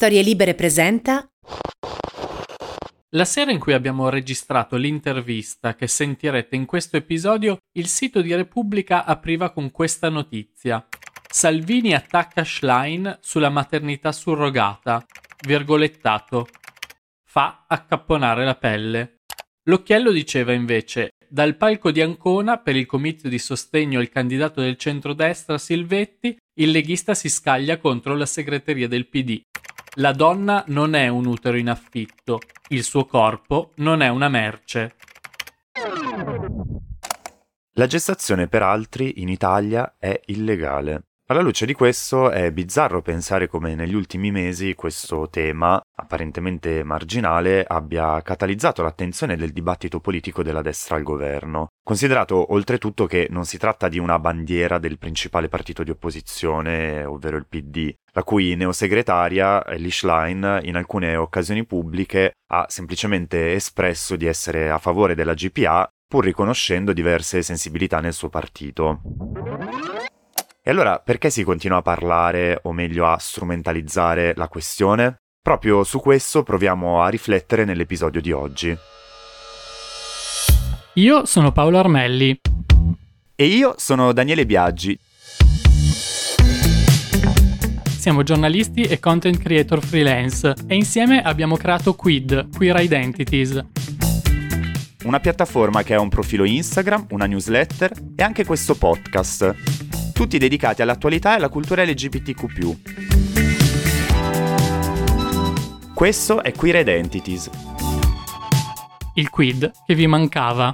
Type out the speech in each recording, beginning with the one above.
Storie Libere presenta. La sera in cui abbiamo registrato l'intervista che sentirete in questo episodio, il sito di Repubblica apriva con questa notizia. Salvini attacca Schlein sulla maternità surrogata. Virgolettato. Fa accapponare la pelle. L'occhiello diceva invece: dal palco di Ancona, per il comizio di sostegno al candidato del centrodestra Silvetti, il leghista si scaglia contro la segreteria del PD. La donna non è un utero in affitto, il suo corpo non è una merce. La gestazione per altri in Italia è illegale. Alla luce di questo è bizzarro pensare come negli ultimi mesi questo tema, apparentemente marginale, abbia catalizzato l'attenzione del dibattito politico della destra al governo. Considerato oltretutto che non si tratta di una bandiera del principale partito di opposizione, ovvero il PD, la cui neosegretaria, Elly Schlein, in alcune occasioni pubbliche ha semplicemente espresso di essere a favore della GPA, pur riconoscendo diverse sensibilità nel suo partito. E allora perché si continua a parlare, o meglio a strumentalizzare la questione? Proprio su questo proviamo a riflettere nell'episodio di oggi. Io sono Paolo Armelli. E io sono Daniele Biaggi. Siamo giornalisti e content creator freelance e insieme abbiamo creato Quid, Queer Identities. Una piattaforma che ha un profilo Instagram, una newsletter e anche questo podcast. Tutti dedicati all'attualità e alla cultura LGBTQ+. Questo è Queer Identities. Il quid che vi mancava.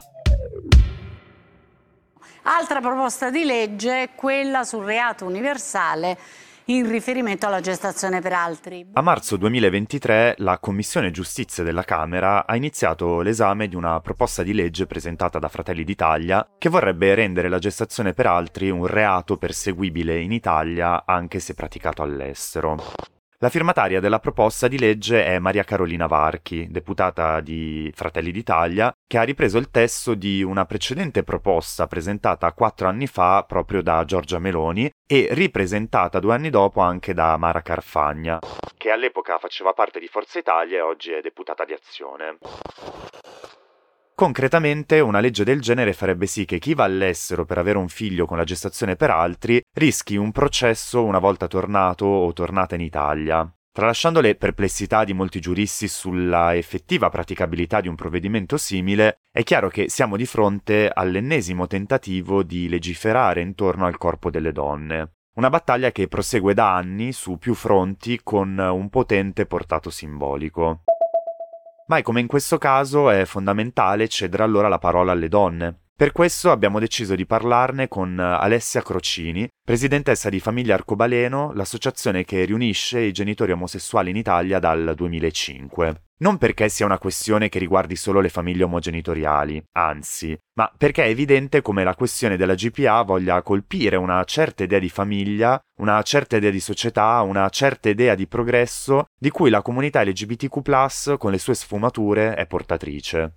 Altra proposta di legge è quella sul reato universale in riferimento alla gestazione per altri. A marzo 2023 la Commissione Giustizia della Camera ha iniziato l'esame di una proposta di legge presentata da Fratelli d'Italia che vorrebbe rendere la gestazione per altri un reato perseguibile in Italia anche se praticato all'estero. La firmataria della proposta di legge è Maria Carolina Varchi, deputata di Fratelli d'Italia, che ha ripreso il testo di una precedente proposta presentata 4 anni fa proprio da Giorgia Meloni e ripresentata 2 anni dopo anche da Mara Carfagna, che all'epoca faceva parte di Forza Italia e oggi è deputata di Azione. Concretamente, una legge del genere farebbe sì che chi va all'estero per avere un figlio con la gestazione per altri rischi un processo una volta tornato o tornata in Italia. Tralasciando le perplessità di molti giuristi sulla effettiva praticabilità di un provvedimento simile, è chiaro che siamo di fronte all'ennesimo tentativo di legiferare intorno al corpo delle donne. Una battaglia che prosegue da anni su più fronti con un potente portato simbolico. Mai come in questo caso è fondamentale cedere allora la parola alle donne. Per questo abbiamo deciso di parlarne con Alessia Crocini, presidentessa di Famiglia Arcobaleno, l'associazione che riunisce i genitori omosessuali in Italia dal 2005. Non perché sia una questione che riguardi solo le famiglie omogenitoriali, anzi, ma perché è evidente come la questione della GPA voglia colpire una certa idea di famiglia, una certa idea di società, una certa idea di progresso di cui la comunità LGBTQ+, con le sue sfumature, è portatrice.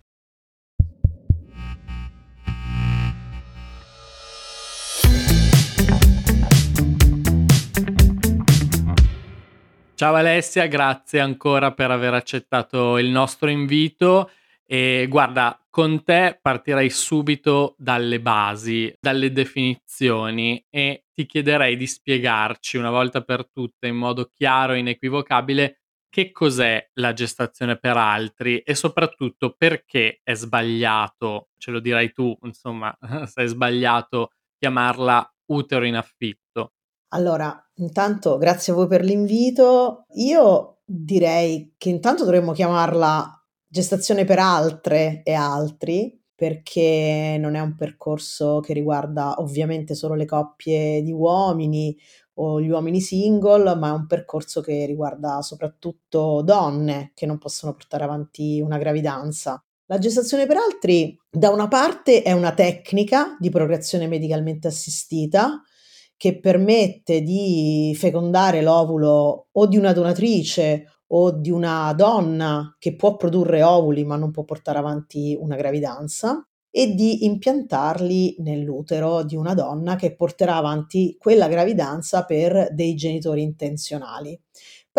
Ciao Alessia, grazie ancora per aver accettato il nostro invito e guarda, con te partirei subito dalle basi, dalle definizioni e ti chiederei di spiegarci una volta per tutte in modo chiaro e inequivocabile che cos'è la gestazione per altri e soprattutto perché è sbagliato, ce lo dirai tu, insomma, se è sbagliato chiamarla utero in affitto. Allora, intanto grazie a voi per l'invito. Io direi che intanto dovremmo chiamarla gestazione per altre e altri, perché non è un percorso che riguarda ovviamente solo le coppie di uomini o gli uomini single, ma è un percorso che riguarda soprattutto donne che non possono portare avanti una gravidanza. La gestazione per altri, da una parte, è una tecnica di procreazione medicalmente assistita che permette di fecondare l'ovulo o di una donatrice o di una donna che può produrre ovuli ma non può portare avanti una gravidanza e di impiantarli nell'utero di una donna che porterà avanti quella gravidanza per dei genitori intenzionali.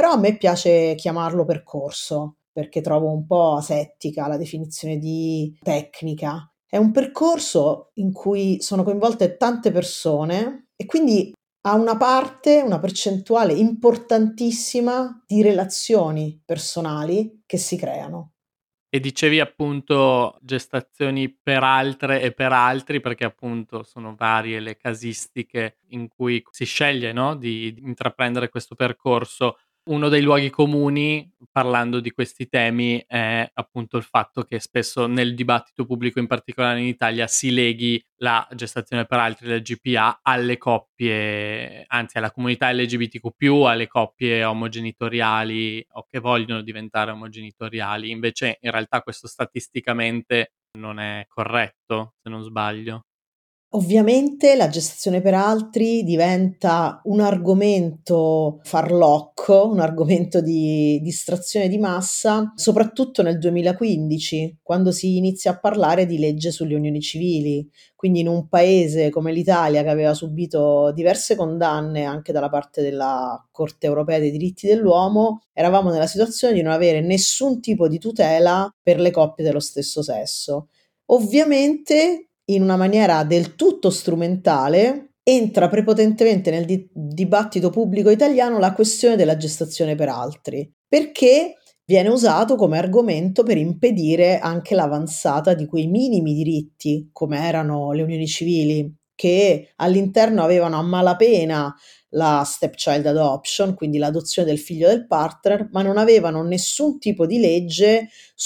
però a me piace chiamarlo percorso, perché trovo un po' asettica la definizione di tecnica. È un percorso in cui sono coinvolte tante persone e quindi ha una parte, una percentuale importantissima di relazioni personali che si creano. E dicevi appunto gestazioni per altre e per altri, perché appunto sono varie le casistiche in cui si sceglie, no, di intraprendere questo percorso. Uno dei luoghi comuni, parlando di questi temi, è appunto il fatto che spesso nel dibattito pubblico, in particolare in Italia, si leghi la gestazione per altri, la GPA, alle coppie, anzi alla comunità LGBTQ+, alle coppie omogenitoriali o che vogliono diventare omogenitoriali. Invece in realtà questo statisticamente non è corretto, se non sbaglio. Ovviamente la gestazione per altri diventa un argomento farlocco, un argomento di distrazione di massa, soprattutto nel 2015, quando si inizia a parlare di legge sulle unioni civili. Quindi in un paese come l'Italia, che aveva subito diverse condanne anche dalla parte della Corte europea dei diritti dell'uomo, eravamo nella situazione di non avere nessun tipo di tutela per le coppie dello stesso sesso. Ovviamente, in una maniera del tutto strumentale, entra prepotentemente nel dibattito pubblico italiano la questione della gestazione per altri, perché viene usato come argomento per impedire anche l'avanzata di quei minimi diritti, come erano le unioni civili, che all'interno avevano a malapena la stepchild adoption, quindi l'adozione del figlio del partner, ma non avevano nessun tipo di legge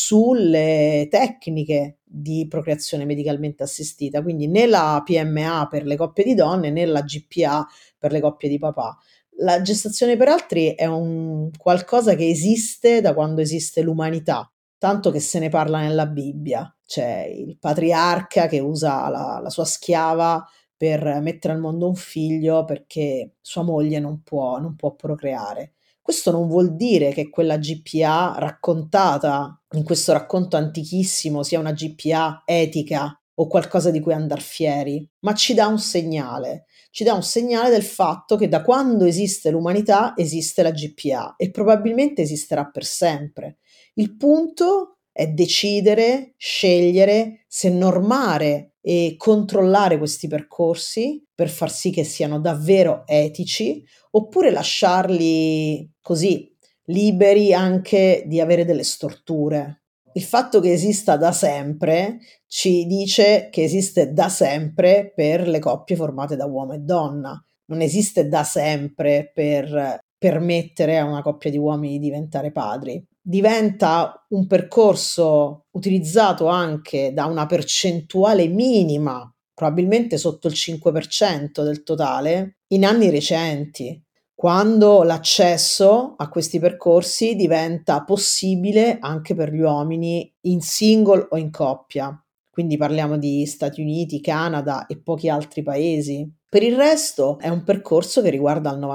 sulle tecniche di procreazione medicalmente assistita, quindi né la PMA per le coppie di donne né la GPA per le coppie di papà. La gestazione per altri è un qualcosa che esiste da quando esiste l'umanità, tanto che se ne parla nella Bibbia. C'è il patriarca che usa la sua schiava per mettere al mondo un figlio perché sua moglie non può procreare. Questo non vuol dire che quella GPA raccontata in questo racconto antichissimo sia una GPA etica o qualcosa di cui andar fieri, ma ci dà un segnale del fatto che da quando esiste l'umanità esiste la GPA e probabilmente esisterà per sempre. Il punto è decidere, scegliere se normare e controllare questi percorsi per far sì che siano davvero etici, oppure lasciarli così liberi anche di avere delle storture. Il fatto che esista da sempre ci dice che esiste da sempre per le coppie formate da uomo e donna, non esiste da sempre per permettere a una coppia di uomini di diventare padri. Diventa un percorso utilizzato anche da una percentuale minima, probabilmente sotto il 5% del totale, in anni recenti, quando l'accesso a questi percorsi diventa possibile anche per gli uomini in single o in coppia. Quindi parliamo di Stati Uniti, Canada e pochi altri paesi. Per il resto è un percorso che riguarda al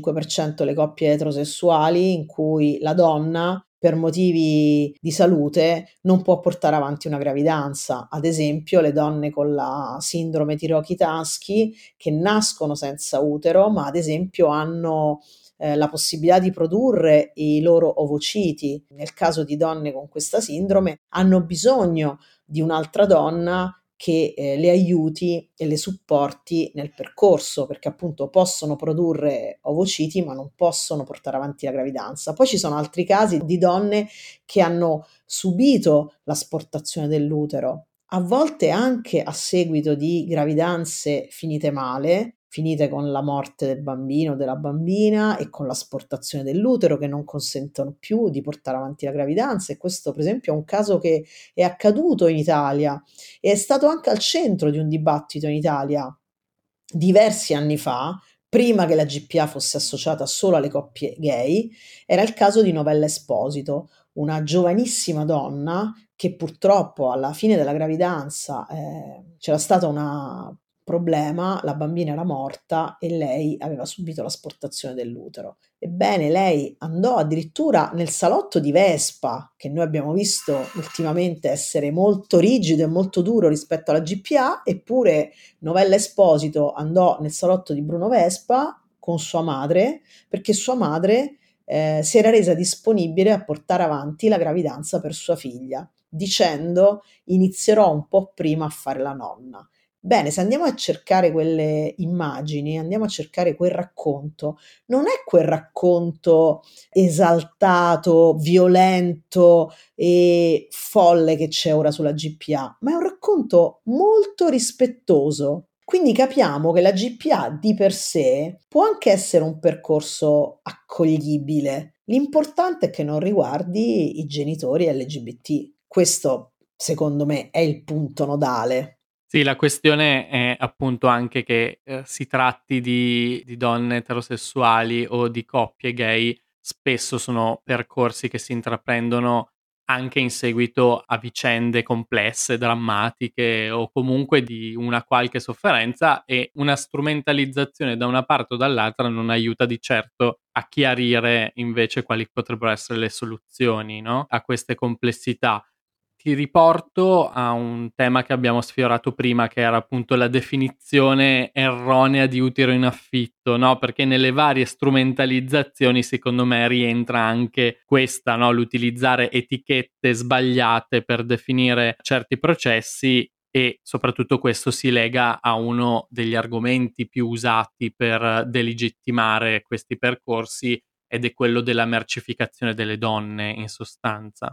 95% le coppie eterosessuali in cui la donna per motivi di salute non può portare avanti una gravidanza. Ad esempio, le donne con la sindrome Tirochi-Tansky che nascono senza utero, ma ad esempio hanno la possibilità di produrre i loro ovociti. Nel caso di donne con questa sindrome hanno bisogno di un'altra donna che le aiuti e le supporti nel percorso, perché appunto possono produrre ovociti ma non possono portare avanti la gravidanza. Poi ci sono altri casi di donne che hanno subito l'asportazione dell'utero, a volte anche a seguito di gravidanze finite male, finite con la morte del bambino o della bambina e con l'asportazione dell'utero che non consentono più di portare avanti la gravidanza, e questo per esempio è un caso che è accaduto in Italia e è stato anche al centro di un dibattito in Italia diversi anni fa, prima che la GPA fosse associata solo alle coppie gay. Era il caso di Novella Esposito, una giovanissima donna che purtroppo alla fine della gravidanza c'era stato un problema, la bambina era morta e lei aveva subito l'asportazione dell'utero. Ebbene, lei andò addirittura nel salotto di Vespa, che noi abbiamo visto ultimamente essere molto rigido e molto duro rispetto alla GPA, eppure Novella Esposito andò nel salotto di Bruno Vespa con sua madre, perché sua madre si era resa disponibile a portare avanti la gravidanza per sua figlia, dicendo: inizierò un po' prima a fare la nonna. Bene, se andiamo a cercare quelle immagini, andiamo a cercare quel racconto, non è quel racconto esaltato, violento e folle che c'è ora sulla GPA, ma è un racconto molto rispettoso. Quindi capiamo che la GPA di per sé può anche essere un percorso accoglibile. L'importante è che non riguardi i genitori LGBT. Questo, secondo me, è il punto nodale. Sì, la questione è appunto anche che si tratti di donne eterosessuali o di coppie gay, spesso sono percorsi che si intraprendono anche in seguito a vicende complesse, drammatiche o comunque di una qualche sofferenza, e una strumentalizzazione da una parte o dall'altra non aiuta di certo a chiarire invece quali potrebbero essere le soluzioni, no? A queste complessità. Ti riporto a un tema che abbiamo sfiorato prima, che era appunto la definizione erronea di utero in affitto, no? Perché nelle varie strumentalizzazioni, secondo me, rientra anche questa, no? L'utilizzare etichette sbagliate per definire certi processi, e soprattutto questo si lega a uno degli argomenti più usati per delegittimare questi percorsi, ed è quello della mercificazione delle donne, in sostanza.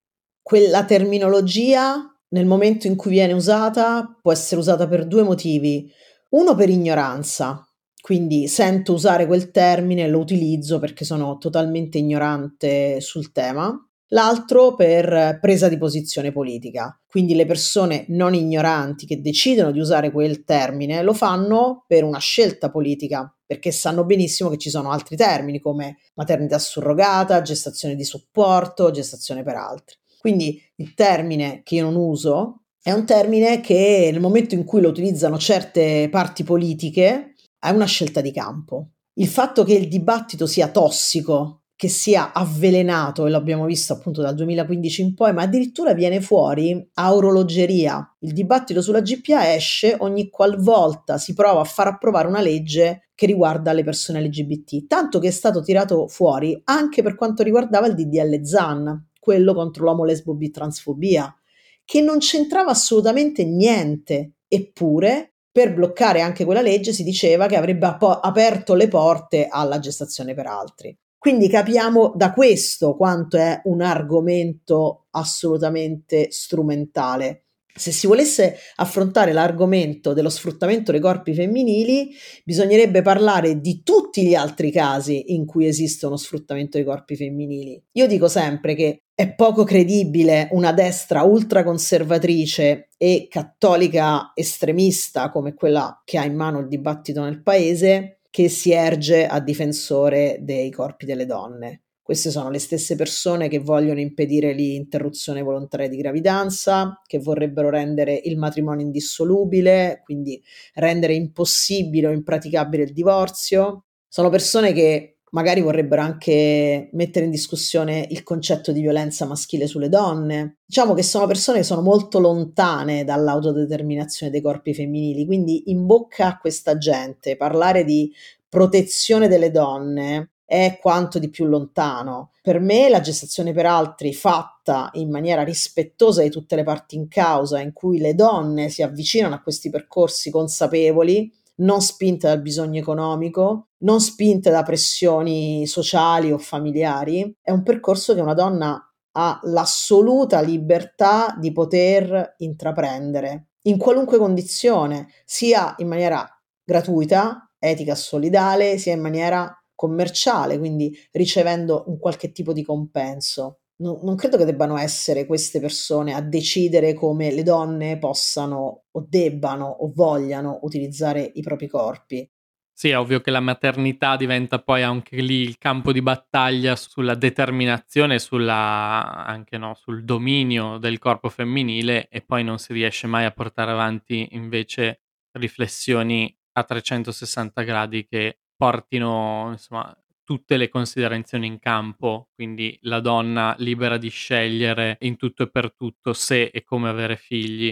Quella terminologia, nel momento in cui viene usata, può essere usata per 2 motivi. Uno per ignoranza, quindi sento usare quel termine e lo utilizzo perché sono totalmente ignorante sul tema. L'altro per presa di posizione politica, quindi le persone non ignoranti che decidono di usare quel termine lo fanno per una scelta politica, perché sanno benissimo che ci sono altri termini come maternità surrogata, gestazione di supporto, gestazione per altri. Quindi il termine che io non uso è un termine che nel momento in cui lo utilizzano certe parti politiche è una scelta di campo. Il fatto che il dibattito sia tossico, che sia avvelenato, e lo abbiamo visto appunto dal 2015 in poi, ma addirittura viene fuori a orologeria. Il dibattito sulla GPA esce ogni qualvolta si prova a far approvare una legge che riguarda le persone LGBT, tanto che è stato tirato fuori anche per quanto riguardava il DDL Zan, quello contro l'omo lesbo bi transfobia, che non c'entrava assolutamente niente, eppure per bloccare anche quella legge si diceva che avrebbe aperto le porte alla gestazione per altri. Quindi capiamo da questo quanto è un argomento assolutamente strumentale. Se si volesse affrontare l'argomento dello sfruttamento dei corpi femminili, bisognerebbe parlare di tutti gli altri casi in cui esiste uno sfruttamento dei corpi femminili. Io dico sempre che è poco credibile una destra ultraconservatrice e cattolica estremista come quella che ha in mano il dibattito nel paese, che si erge a difensore dei corpi delle donne. Queste sono le stesse persone che vogliono impedire l'interruzione volontaria di gravidanza, che vorrebbero rendere il matrimonio indissolubile, quindi rendere impossibile o impraticabile il divorzio. Sono persone che magari vorrebbero anche mettere in discussione il concetto di violenza maschile sulle donne. Diciamo che sono persone che sono molto lontane dall'autodeterminazione dei corpi femminili, quindi in bocca a questa gente parlare di protezione delle donne è quanto di più lontano. Per me la gestazione per altri fatta in maniera rispettosa di tutte le parti in causa, in cui le donne si avvicinano a questi percorsi consapevoli, non spinte dal bisogno economico, non spinte da pressioni sociali o familiari, è un percorso che una donna ha l'assoluta libertà di poter intraprendere in qualunque condizione, sia in maniera gratuita, etica, solidale, sia in maniera commerciale, quindi ricevendo un qualche tipo di compenso. Non credo che debbano essere queste persone a decidere come le donne possano o debbano o vogliano utilizzare i propri corpi. Sì, è ovvio che la maternità diventa poi anche lì il campo di battaglia sulla determinazione, anche no, sul dominio del corpo femminile, e poi non si riesce mai a portare avanti invece riflessioni a 360 gradi che portino, insomma, tutte le considerazioni in campo, quindi la donna libera di scegliere in tutto e per tutto se e come avere figli,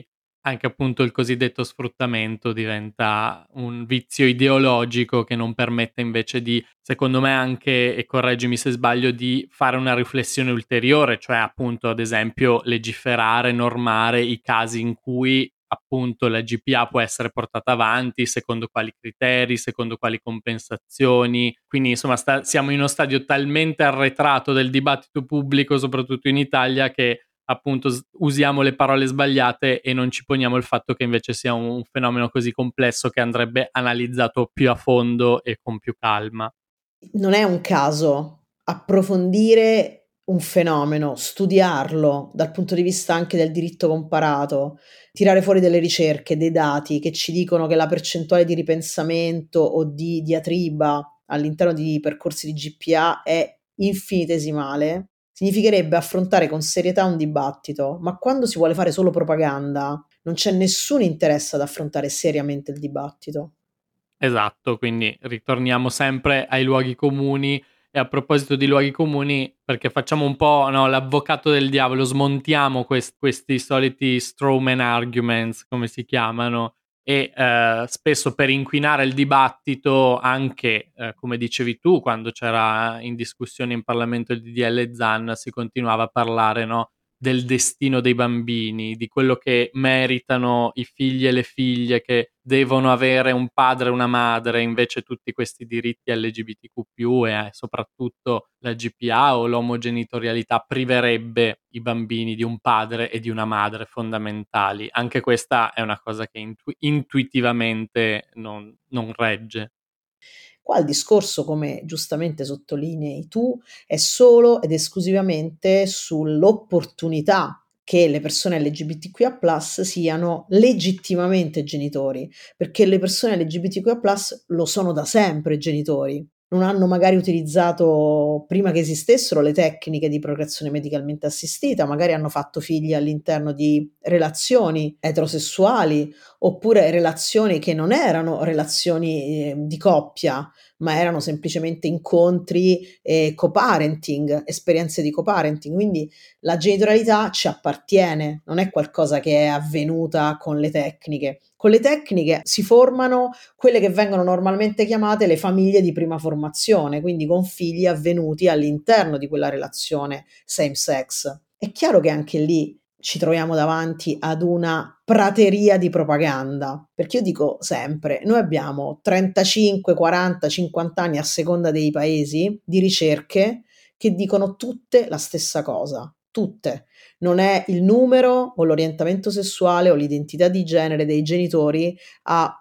Anche appunto il cosiddetto sfruttamento diventa un vizio ideologico che non permette invece di, secondo me anche, e correggimi se sbaglio, di fare una riflessione ulteriore, cioè appunto ad esempio legiferare, normare i casi in cui appunto la GPA può essere portata avanti, secondo quali criteri, secondo quali compensazioni. Quindi insomma siamo in uno stadio talmente arretrato del dibattito pubblico, soprattutto in Italia, che appunto usiamo le parole sbagliate e non ci poniamo il fatto che invece sia un fenomeno così complesso che andrebbe analizzato più a fondo e con più calma. Non è un caso approfondire un fenomeno, studiarlo dal punto di vista anche del diritto comparato, tirare fuori delle ricerche, dei dati che ci dicono che la percentuale di ripensamento o di diatriba all'interno di percorsi di GPA è infinitesimale, significherebbe affrontare con serietà un dibattito, ma quando si vuole fare solo propaganda non c'è nessun interesse ad affrontare seriamente il dibattito. Esatto, quindi ritorniamo sempre ai luoghi comuni. E a proposito di luoghi comuni, perché facciamo un po', no, l'avvocato del diavolo, smontiamo questi soliti strawman arguments, come si chiamano, e spesso per inquinare il dibattito, anche come dicevi tu, quando c'era in discussione in Parlamento il DDL Zan, si continuava a parlare, no, del destino dei bambini, di quello che meritano i figli e le figlie, che devono avere un padre e una madre, invece tutti questi diritti LGBTQ+, e soprattutto la GPA o l'omogenitorialità priverebbe i bambini di un padre e di una madre fondamentali. Anche questa è una cosa che intuitivamente non regge. Qua il discorso, come giustamente sottolinei tu, è solo ed esclusivamente sull'opportunità che le persone LGBTQIA+ siano legittimamente genitori, perché le persone LGBTQIA+ lo sono da sempre genitori. Non hanno magari utilizzato, prima che esistessero, le tecniche di procreazione medicalmente assistita, magari hanno fatto figli all'interno di relazioni eterosessuali, oppure relazioni che non erano relazioni di coppia, ma erano semplicemente incontri e co-parenting, esperienze di co-parenting. Quindi la genitorialità ci appartiene, non è qualcosa che è avvenuta con le tecniche. Con le tecniche si formano quelle che vengono normalmente chiamate le famiglie di prima formazione, quindi con figli avvenuti all'interno di quella relazione same sex. È chiaro che anche lì ci troviamo davanti ad una prateria di propaganda, perché io dico sempre, noi abbiamo 35, 40, 50 anni a seconda dei paesi di ricerche che dicono tutte la stessa cosa, tutte. Non è il numero o l'orientamento sessuale o l'identità di genere dei genitori a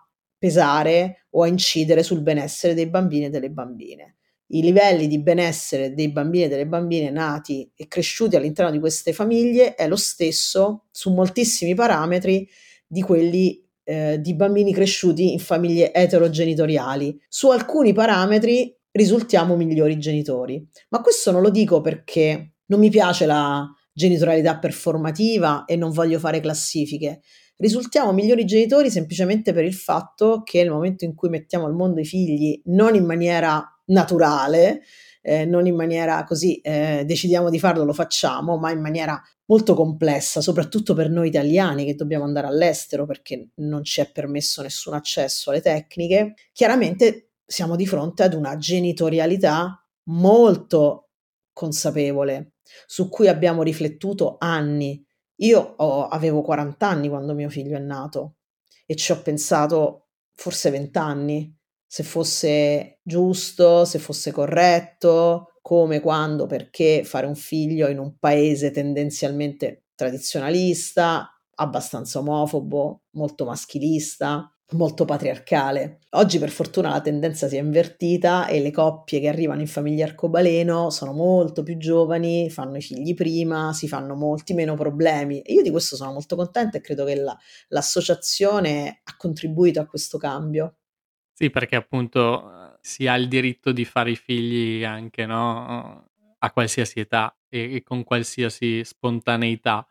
pesare o a incidere sul benessere dei bambini e delle bambine. I livelli di benessere dei bambini e delle bambine nati e cresciuti all'interno di queste famiglie è lo stesso su moltissimi parametri di quelli di bambini cresciuti in famiglie eterogenitoriali. Su alcuni parametri risultiamo migliori genitori, ma questo non lo dico perché non mi piace la genitorialità performativa e non voglio fare classifiche. Risultiamo migliori genitori semplicemente per il fatto che nel momento in cui mettiamo al mondo i figli non in maniera naturale, non in maniera così decidiamo di farlo, lo facciamo, ma in maniera molto complessa, soprattutto per noi italiani che dobbiamo andare all'estero perché non ci è permesso nessun accesso alle tecniche, chiaramente siamo di fronte ad una genitorialità molto consapevole, su cui abbiamo riflettuto anni. Avevo 40 anni quando mio figlio è nato e ci ho pensato forse 20 anni, se fosse giusto, se fosse corretto, come, quando, perché fare un figlio in un paese tendenzialmente tradizionalista, abbastanza omofobo, molto maschilista, molto patriarcale. Oggi per fortuna la tendenza si è invertita e le coppie che arrivano in famiglia arcobaleno sono molto più giovani, fanno i figli prima, si fanno molti meno problemi e io di questo sono molto contenta e credo che l'associazione ha contribuito a questo cambio. Sì, perché appunto si ha il diritto di fare i figli anche, no, a qualsiasi età e con qualsiasi spontaneità.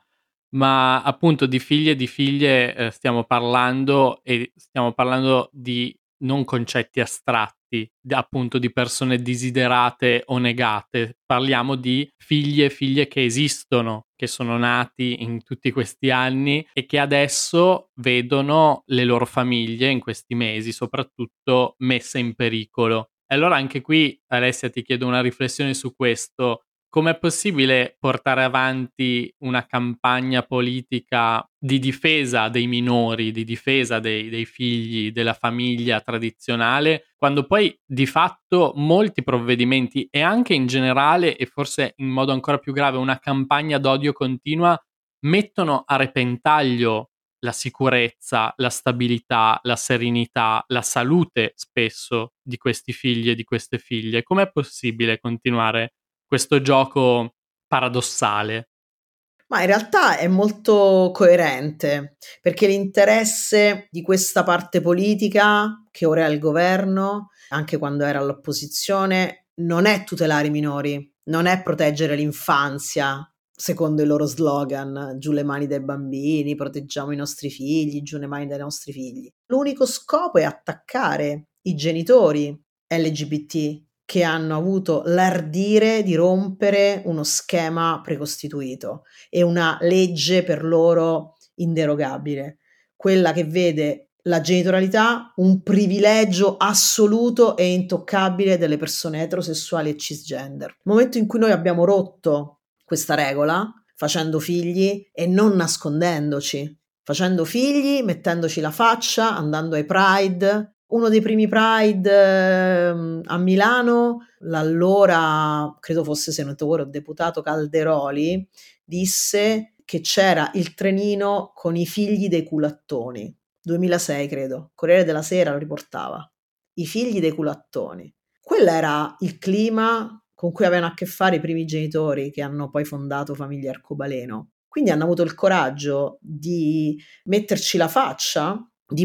Ma appunto di figli e di figlie stiamo parlando, e stiamo parlando di non concetti astratti, appunto di persone desiderate o negate, parliamo di figli e figlie che esistono, che sono nati in tutti questi anni e che adesso vedono le loro famiglie in questi mesi soprattutto messe in pericolo. E allora anche qui, Alessia, ti chiedo una riflessione su questo. Com'è possibile portare avanti una campagna politica di difesa dei minori, di difesa dei figli, della famiglia tradizionale, quando poi di fatto molti provvedimenti e anche in generale, e forse in modo ancora più grave, una campagna d'odio continua mettono a repentaglio la sicurezza, la stabilità, la serenità, la salute spesso di questi figli e di queste figlie? Com'è possibile continuare questo gioco paradossale? Ma in realtà è molto coerente, perché l'interesse di questa parte politica, che ora è al governo, anche quando era all'opposizione, non è tutelare i minori, non è proteggere l'infanzia, secondo i loro slogan, giù le mani dai bambini, proteggiamo i nostri figli, giù le mani dai nostri figli. L'unico scopo è attaccare i genitori LGBT che hanno avuto l'ardire di rompere uno schema precostituito e una legge per loro inderogabile, quella che vede la genitorialità un privilegio assoluto e intoccabile delle persone eterosessuali e cisgender. Nel momento in cui noi abbiamo rotto questa regola, facendo figli e non nascondendoci, facendo figli, mettendoci la faccia, andando ai Pride. Uno dei primi Pride a Milano, l'allora, credo fosse senatore o deputato Calderoli, disse che c'era il trenino con i figli dei culattoni. 2006 credo, Corriere della Sera lo riportava. I figli dei culattoni. Quello era il clima con cui avevano a che fare i primi genitori che hanno poi fondato Famiglia Arcobaleno. Quindi hanno avuto il coraggio di metterci la faccia, di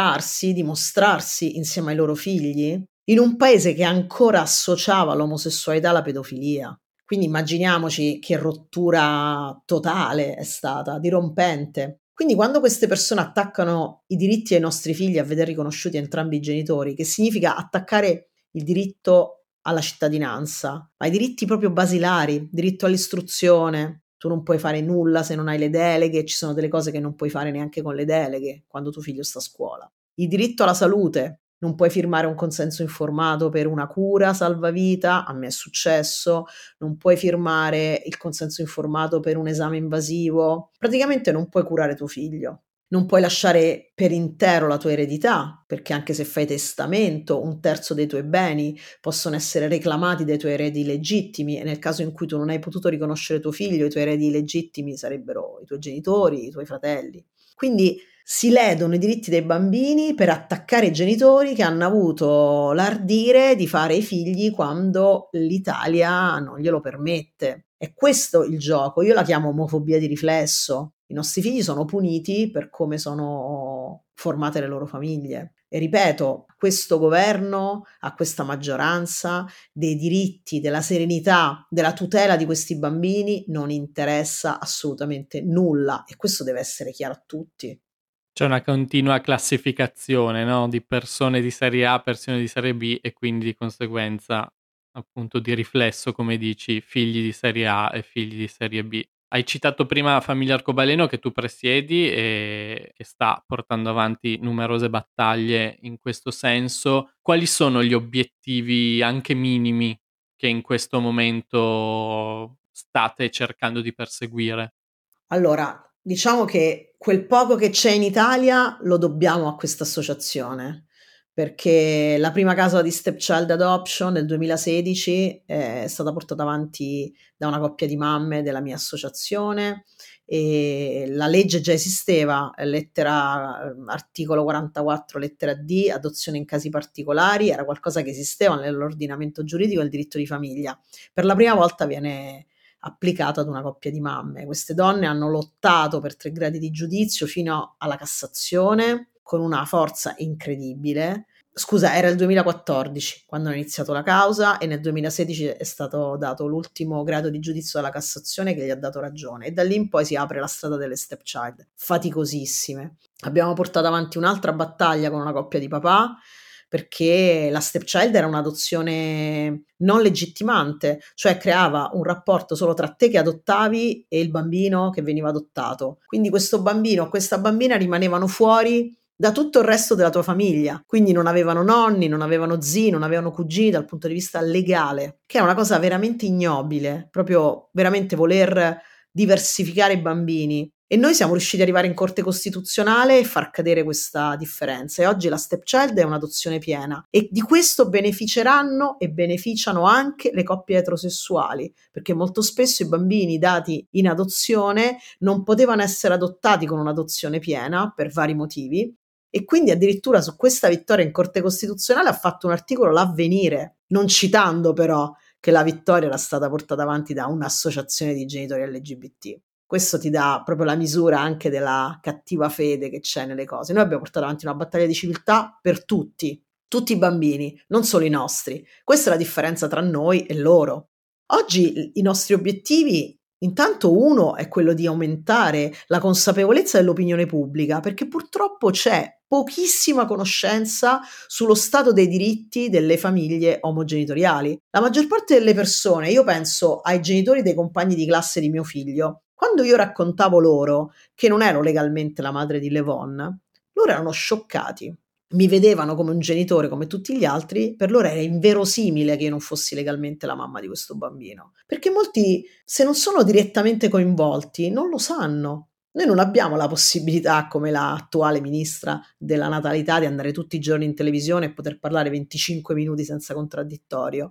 mostrarsi insieme ai loro figli in un paese che ancora associava l'omosessualità alla pedofilia. Quindi immaginiamoci che rottura totale è stata, dirompente. Quindi quando queste persone attaccano i diritti ai nostri figli a vedere riconosciuti entrambi i genitori, che significa attaccare il diritto alla cittadinanza, ai diritti proprio basilari, diritto all'istruzione. Tu non puoi fare nulla se non hai le deleghe, ci sono delle cose che non puoi fare neanche con le deleghe quando tuo figlio sta a scuola. Il diritto alla salute, non puoi firmare un consenso informato per una cura salvavita, a me è successo, non puoi firmare il consenso informato per un esame invasivo, praticamente non puoi curare tuo figlio. Non puoi lasciare per intero la tua eredità, perché anche se fai testamento, 1/3 dei tuoi beni possono essere reclamati dai tuoi eredi legittimi e nel caso in cui tu non hai potuto riconoscere tuo figlio, i tuoi eredi legittimi sarebbero i tuoi genitori, i tuoi fratelli. Quindi si ledono i diritti dei bambini per attaccare i genitori che hanno avuto l'ardire di fare i figli quando l'Italia non glielo permette. È questo il gioco, io la chiamo omofobia di riflesso. I nostri figli sono puniti per come sono formate le loro famiglie. E ripeto, questo governo, a questa maggioranza, dei diritti, della serenità, della tutela di questi bambini non interessa assolutamente nulla e questo deve essere chiaro a tutti. C'è una continua classificazione, no? Di persone di serie A, persone di serie B e quindi di conseguenza appunto di riflesso, come dici, figli di serie A e figli di serie B. Hai citato prima Famiglia Arcobaleno che tu presiedi e che sta portando avanti numerose battaglie in questo senso. Quali sono gli obiettivi anche minimi che in questo momento state cercando di perseguire? Allora, diciamo che quel poco che c'è in Italia lo dobbiamo a questa associazione, perché la prima causa di stepchild adoption nel 2016 è stata portata avanti da una coppia di mamme della mia associazione e la legge già esisteva, articolo 44 lettera D, adozione in casi particolari, era qualcosa che esisteva nell'ordinamento giuridico del diritto di famiglia. Per la prima volta viene applicato ad una coppia di mamme. Queste donne hanno lottato per 3 gradi di giudizio fino alla Cassazione con una forza incredibile. Scusa, era il 2014 quando hanno iniziato la causa e nel 2016 è stato dato l'ultimo grado di giudizio dalla Cassazione che gli ha dato ragione e da lì in poi si apre la strada delle stepchild, faticosissime. Abbiamo portato avanti un'altra battaglia con una coppia di papà perché la stepchild era un'adozione non legittimante, cioè creava un rapporto solo tra te che adottavi e il bambino che veniva adottato. Quindi questo bambino o questa bambina rimanevano fuori da tutto il resto della tua famiglia, quindi non avevano nonni, non avevano zii, non avevano cugini dal punto di vista legale, che è una cosa veramente ignobile, proprio veramente voler diversificare i bambini. E noi siamo riusciti ad arrivare in Corte Costituzionale e far cadere questa differenza, e oggi la stepchild è un'adozione piena, e di questo beneficeranno e beneficiano anche le coppie eterosessuali, perché molto spesso i bambini dati in adozione non potevano essere adottati con un'adozione piena per vari motivi, e quindi addirittura su questa vittoria in Corte Costituzionale ha fatto un articolo l'Avvenire, non citando però che la vittoria era stata portata avanti da un'associazione di genitori LGBT. Questo ti dà proprio la misura anche della cattiva fede che c'è nelle cose. Noi abbiamo portato avanti una battaglia di civiltà per tutti i bambini, non solo i nostri. Questa è la differenza tra noi e loro. Oggi i nostri obiettivi, intanto uno è quello di aumentare la consapevolezza dell'opinione pubblica, perché purtroppo c'è pochissima conoscenza sullo stato dei diritti delle famiglie omogenitoriali. La maggior parte delle persone, io penso ai genitori dei compagni di classe di mio figlio, quando io raccontavo loro che non ero legalmente la madre di Levon, loro erano scioccati. Mi vedevano come un genitore come tutti gli altri, per loro era inverosimile che io non fossi legalmente la mamma di questo bambino. Perché molti, se non sono direttamente coinvolti, non lo sanno. Noi non abbiamo la possibilità, come l'attuale ministra della natalità, di andare tutti i giorni in televisione e poter parlare 25 minuti senza contraddittorio.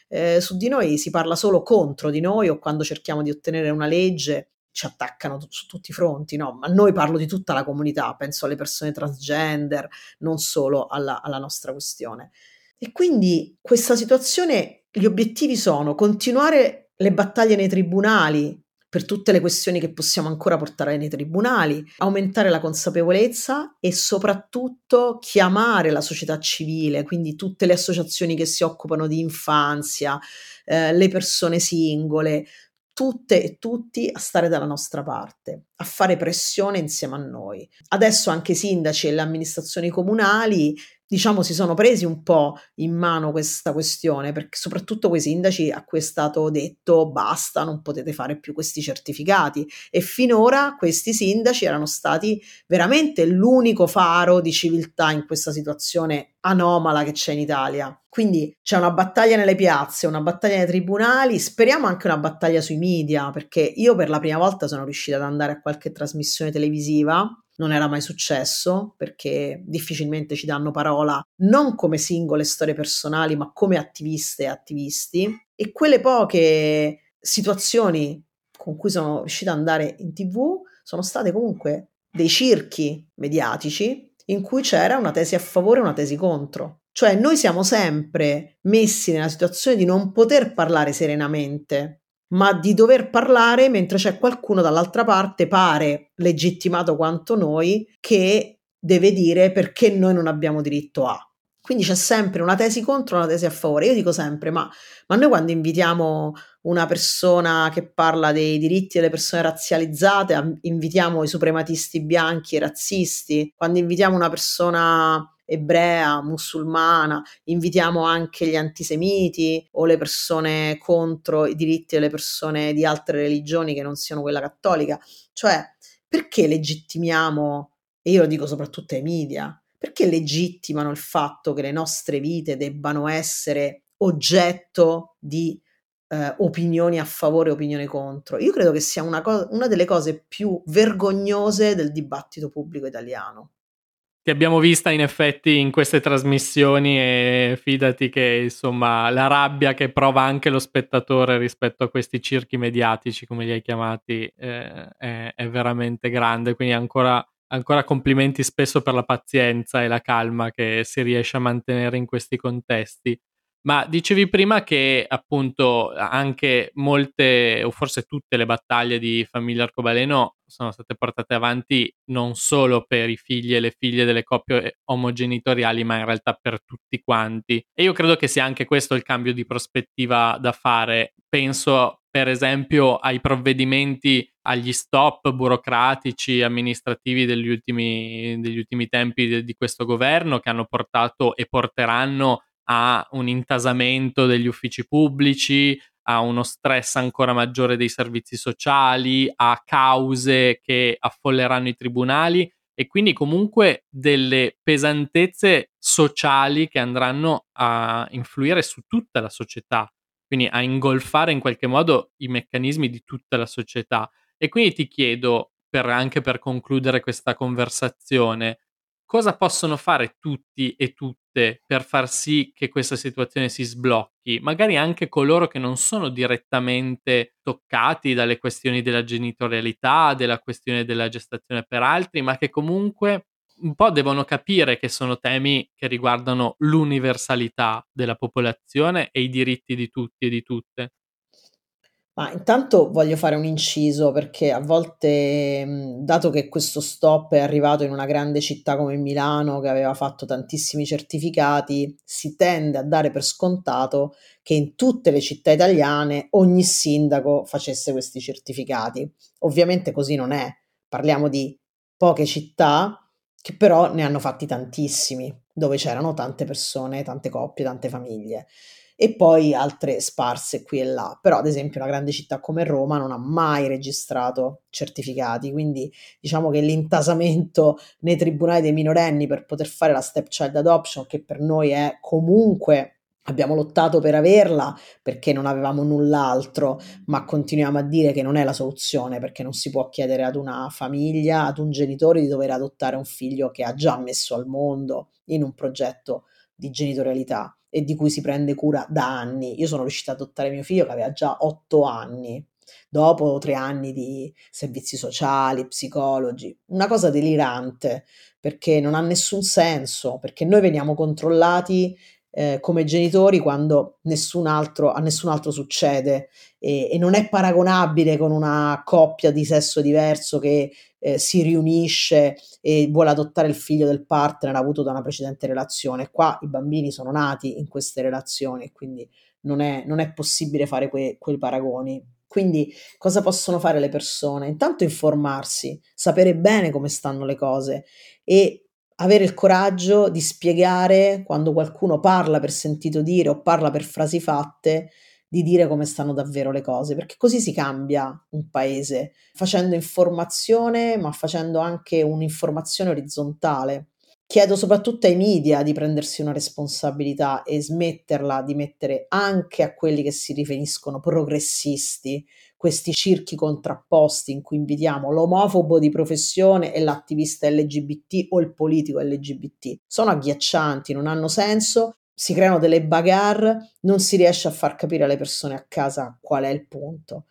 Su di noi si parla solo contro di noi, o quando cerchiamo di ottenere una legge ci attaccano su tutti i fronti, no? Ma noi parlo di tutta la comunità, penso alle persone transgender, non solo alla nostra questione. E quindi questa situazione, gli obiettivi sono continuare le battaglie nei tribunali per tutte le questioni che possiamo ancora portare nei tribunali, aumentare la consapevolezza e soprattutto chiamare la società civile, quindi tutte le associazioni che si occupano di infanzia, le persone singole, tutte e tutti a stare dalla nostra parte, a fare pressione insieme a noi. Adesso anche i sindaci e le amministrazioni comunali, diciamo, si sono presi un po' in mano questa questione, perché soprattutto quei sindaci a cui è stato detto basta, non potete fare più questi certificati, e finora questi sindaci erano stati veramente l'unico faro di civiltà in questa situazione anomala che c'è in Italia. Quindi c'è una battaglia nelle piazze, una battaglia nei tribunali, speriamo anche una battaglia sui media, perché io per la prima volta sono riuscita ad andare a qualche trasmissione televisiva. Non era mai successo, perché difficilmente ci danno parola non come singole storie personali, ma come attiviste e attivisti. E quelle poche situazioni con cui sono riuscita ad andare in TV sono state comunque dei circhi mediatici in cui c'era una tesi a favore e una tesi contro. Cioè noi siamo sempre messi nella situazione di non poter parlare serenamente, ma di dover parlare mentre c'è qualcuno dall'altra parte, pare legittimato quanto noi, che deve dire perché noi non abbiamo diritto a. Quindi c'è sempre una tesi contro e una tesi a favore. Io dico sempre, ma noi quando invitiamo una persona che parla dei diritti delle persone razzializzate, invitiamo i suprematisti bianchi e razzisti, quando invitiamo una persona ebrea, musulmana, invitiamo anche gli antisemiti o le persone contro i diritti delle persone di altre religioni che non siano quella cattolica. Cioè, perché legittimiamo, e io lo dico soprattutto ai media, perché legittimano il fatto che le nostre vite debbano essere oggetto di opinioni a favore e opinioni contro? Io credo che sia una delle cose più vergognose del dibattito pubblico italiano. Ti abbiamo vista in effetti in queste trasmissioni e fidati che insomma la rabbia che prova anche lo spettatore rispetto a questi circhi mediatici, come li hai chiamati, è veramente grande, quindi ancora complimenti spesso per la pazienza e la calma che si riesce a mantenere in questi contesti. Ma dicevi prima che appunto anche molte o forse tutte le battaglie di Famiglia Arcobaleno sono state portate avanti non solo per i figli e le figlie delle coppie omogenitoriali, ma in realtà per tutti quanti. E io credo che sia anche questo il cambio di prospettiva da fare. Penso per esempio ai provvedimenti, agli stop burocratici, amministrativi degli ultimi tempi di questo governo, che hanno portato e porteranno a un intasamento degli uffici pubblici, a uno stress ancora maggiore dei servizi sociali, a cause che affolleranno i tribunali e quindi comunque delle pesantezze sociali che andranno a influire su tutta la società, quindi a ingolfare in qualche modo i meccanismi di tutta la società. E quindi ti chiedo, anche per concludere questa conversazione, cosa possono fare tutti e tutte per far sì che questa situazione si sblocchi? Magari anche coloro che non sono direttamente toccati dalle questioni della genitorialità, della questione della gestazione per altri, ma che comunque un po' devono capire che sono temi che riguardano l'universalità della popolazione e i diritti di tutti e di tutte. Ma intanto voglio fare un inciso perché a volte, dato che questo stop è arrivato in una grande città come Milano, che aveva fatto tantissimi certificati, si tende a dare per scontato che in tutte le città italiane ogni sindaco facesse questi certificati. Ovviamente così non è. Parliamo di poche città che però ne hanno fatti tantissimi, dove c'erano tante persone, tante coppie, tante famiglie e poi altre sparse qui e là. Però, ad esempio, una grande città come Roma non ha mai registrato certificati, quindi diciamo che l'intasamento nei tribunali dei minorenni per poter fare la stepchild adoption, che per noi è comunque abbiamo lottato per averla perché non avevamo null'altro, ma continuiamo a dire che non è la soluzione perché non si può chiedere ad una famiglia, ad un genitore di dover adottare un figlio che ha già messo al mondo in un progetto di genitorialità e di cui si prende cura da anni. Io sono riuscita ad adottare mio figlio che aveva già 8 anni, dopo 3 anni di servizi sociali, psicologi. Una cosa delirante, perché non ha nessun senso, perché noi veniamo controllati come genitori quando a nessun altro succede e non è paragonabile con una coppia di sesso diverso che si riunisce e vuole adottare il figlio del partner avuto da una precedente relazione. Qua i bambini sono nati in queste relazioni, quindi non è possibile fare quei paragoni. Quindi cosa possono fare le persone? Intanto informarsi, sapere bene come stanno le cose e avere il coraggio di spiegare quando qualcuno parla per sentito dire o parla per frasi fatte, di dire come stanno davvero le cose, perché così si cambia un paese, facendo informazione, ma facendo anche un'informazione orizzontale. Chiedo soprattutto ai media di prendersi una responsabilità e smetterla di mettere anche a quelli che si riferiscono progressisti questi circhi contrapposti in cui invidiamo l'omofobo di professione e l'attivista LGBT o il politico LGBT. Sono agghiaccianti, non hanno senso, si creano delle bagarre, non si riesce a far capire alle persone a casa qual è il punto.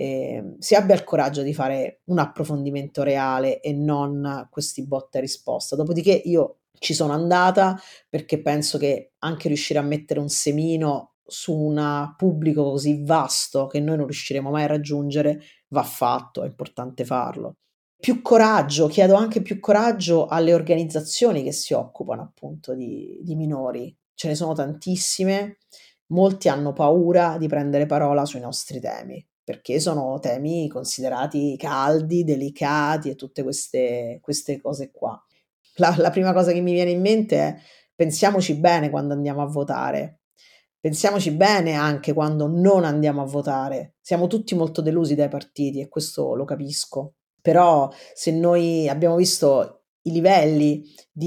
Si abbia il coraggio di fare un approfondimento reale e non questi botta e risposta. Dopodiché io ci sono andata perché penso che anche riuscire a mettere un semino su un pubblico così vasto che noi non riusciremo mai a raggiungere va fatto, è importante farlo. Più coraggio, chiedo anche più coraggio alle organizzazioni che si occupano appunto di minori. Ce ne sono tantissime, molti hanno paura di prendere parola sui nostri temi, perché sono temi considerati caldi, delicati e tutte queste cose qua. La prima cosa che mi viene in mente è pensiamoci bene quando andiamo a votare. Pensiamoci bene anche quando non andiamo a votare. Siamo tutti molto delusi dai partiti e questo lo capisco. Però se noi abbiamo visto i livelli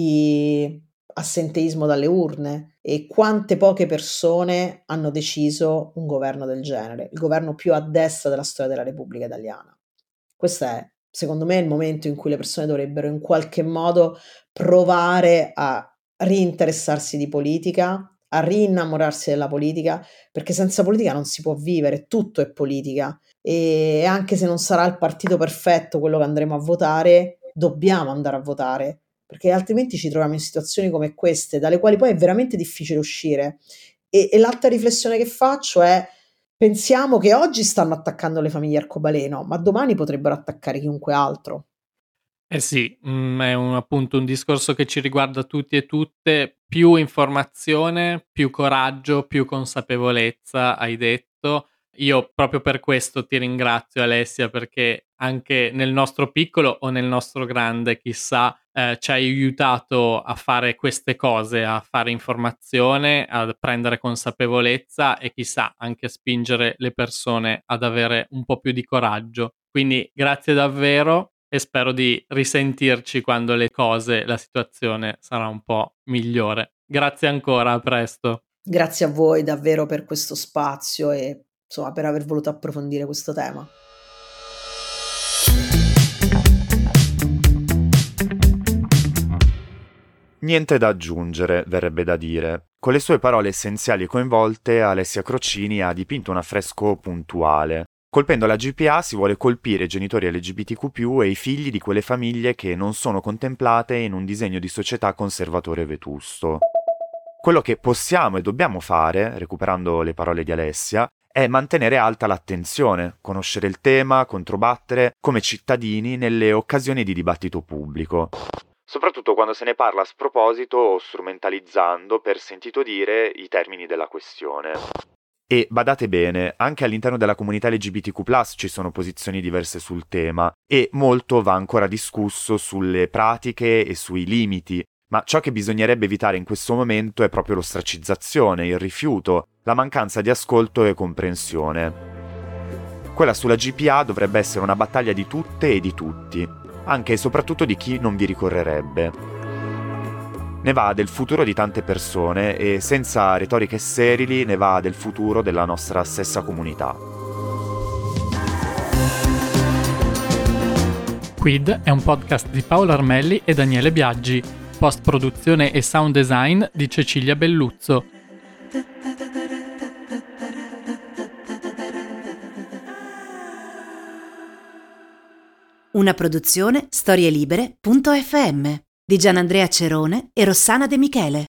di assenteismo dalle urne e quante poche persone hanno deciso un governo del genere, il governo più a destra della storia della Repubblica Italiana. Questo è, secondo me, il momento in cui le persone dovrebbero in qualche modo provare a rinteressarsi di politica, a rinnamorarsi della politica, perché senza politica non si può vivere, tutto è politica e anche se non sarà il partito perfetto quello che andremo a votare, dobbiamo andare a votare, perché altrimenti ci troviamo in situazioni come queste, dalle quali poi è veramente difficile uscire. E l'altra riflessione che faccio è: pensiamo che oggi stanno attaccando le famiglie arcobaleno, ma domani potrebbero attaccare chiunque altro. Eh sì, è appunto un discorso che ci riguarda tutti e tutte. Più informazione, più coraggio, più consapevolezza, hai detto. io proprio per questo ti ringrazio, Alessia, perché anche nel nostro piccolo o nel nostro grande, chissà, ci hai aiutato a fare queste cose, a fare informazione, a prendere consapevolezza e chissà anche a spingere le persone ad avere un po' più di coraggio. Quindi grazie davvero e spero di risentirci quando la situazione sarà un po' migliore. Grazie ancora, a presto. Grazie a voi davvero per questo spazio e insomma per aver voluto approfondire questo tema. Niente da aggiungere, verrebbe da dire. Con le sue parole essenziali e coinvolte, Alessia Crocini ha dipinto un affresco puntuale. Colpendo la GPA si vuole colpire i genitori LGBTQ+, e i figli di quelle famiglie che non sono contemplate in un disegno di società conservatore e vetusto. Quello che possiamo e dobbiamo fare, recuperando le parole di Alessia, è mantenere alta l'attenzione, conoscere il tema, controbattere come cittadini nelle occasioni di dibattito pubblico. Soprattutto quando se ne parla a sproposito o strumentalizzando per sentito dire i termini della questione. E badate bene, anche all'interno della comunità LGBTQ+, ci sono posizioni diverse sul tema e molto va ancora discusso sulle pratiche e sui limiti, ma ciò che bisognerebbe evitare in questo momento è proprio l'ostracizzazione, il rifiuto, la mancanza di ascolto e comprensione. Quella sulla GPA dovrebbe essere una battaglia di tutte e di tutti, anche e soprattutto di chi non vi ricorrerebbe. Ne va del futuro di tante persone e senza retoriche sterili ne va del futuro della nostra stessa comunità. Quid è un podcast di Paolo Armelli e Daniele Biaggi, post-produzione e sound design di Cecilia Belluzzo. Una produzione storielibere.fm di Gianandrea Cerone e Rossana De Michele.